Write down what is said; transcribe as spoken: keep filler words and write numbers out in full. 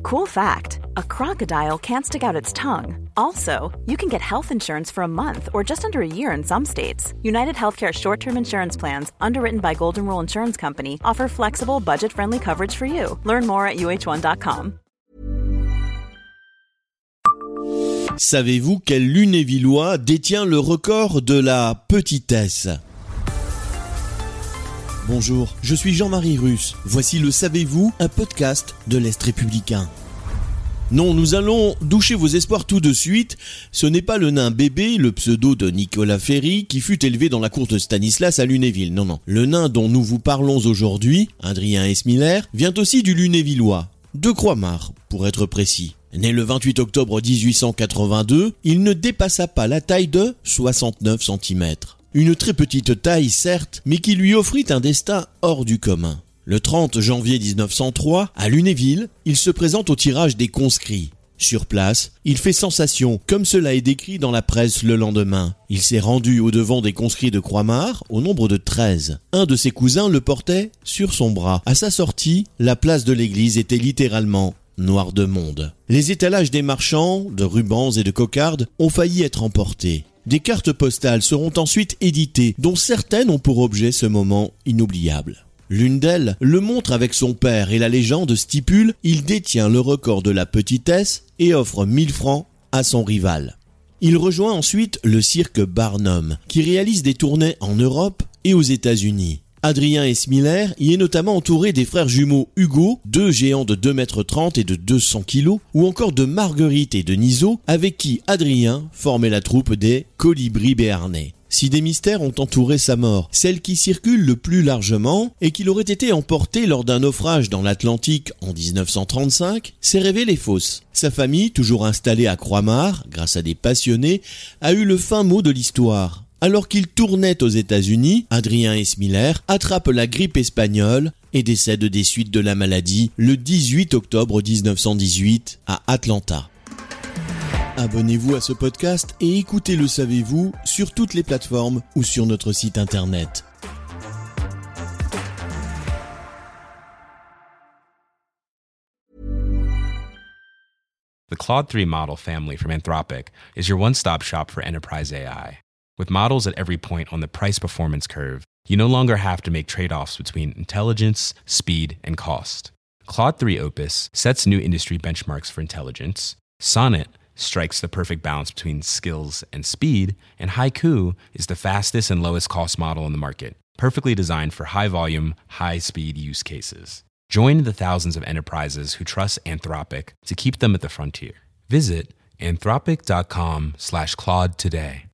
Cool fact, a crocodile can't stick out its tongue. Also, you can get health insurance for a month or just under a year in some states. United Healthcare short-term insurance plans, underwritten by Golden Rule Insurance Company, offer flexible, budget-friendly coverage for you. Learn more at U H one dot com. Savez-vous quel Lunévillois détient le record de la petitesse ? Bonjour, je suis Jean-Marie Russe. Voici le Savez-vous, un podcast de l'Est républicain. Non, nous allons doucher vos espoirs tout de suite. Ce n'est pas le nain bébé, le pseudo de Nicolas Ferry, qui fut élevé dans la cour de Stanislas à Lunéville. Non, non. Le nain dont nous vous parlons aujourd'hui, Adrien Esmiller, vient aussi du Lunévillois, de Croix-Mare, pour être précis. Né le vingt-huit octobre dix-huit cent quatre-vingt-deux, il ne dépassa pas la taille de soixante-neuf centimètres. Une très petite taille, certes, mais qui lui offrit un destin hors du commun. Le trente janvier dix-neuf cent trois, à Lunéville, il se présente au tirage des conscrits. Sur place, il fait sensation, comme cela est décrit dans la presse le lendemain. Il s'est rendu au-devant des conscrits de Croix-Mare, au nombre de treize. Un de ses cousins le portait sur son bras. À sa sortie, la place de l'église était littéralement noire de monde. Les étalages des marchands, de rubans et de cocardes ont failli être emportés. Des cartes postales seront ensuite éditées, dont certaines ont pour objet ce moment inoubliable. L'une d'elles le montre avec son père et la légende stipule « Il détient le record de la petitesse et offre mille francs à son rival ». Il rejoint ensuite le cirque Barnum, qui réalise des tournées en Europe et aux États-Unis. Adrien Esmiller y est notamment entouré des frères jumeaux Hugo, deux géants de deux mètres trente et de deux cents kilos, ou encore de Marguerite et de Niso, avec qui Adrien formait la troupe des Colibris béarnais. Si des mystères ont entouré sa mort, celle qui circule le plus largement et qu'il aurait été emporté lors d'un naufrage dans l'Atlantique en dix-neuf cent trente-cinq, s'est révélée fausse. Sa famille, toujours installée à Croix-Mare, grâce à des passionnés, a eu le fin mot de l'histoire. Alors qu'il tournait aux États-Unis, Adrien Esmiller attrape la grippe espagnole et décède des suites de la maladie le dix-huit octobre dix-neuf cent dix-huit à Atlanta. Abonnez-vous à ce podcast et écoutez Le Savez-vous sur toutes les plateformes ou sur notre site internet. The Claude three model family from Anthropic is your one-stop shop for enterprise A I. With models at every point on the price-performance curve, you no longer have to make trade-offs between intelligence, speed, and cost. Claude three Opus sets new industry benchmarks for intelligence, Sonnet strikes the perfect balance between skills and speed, and Haiku is the fastest and lowest cost model in the market, perfectly designed for high-volume, high-speed use cases. Join the thousands of enterprises who trust Anthropic to keep them at the frontier. Visit anthropic dot com slash Claude today.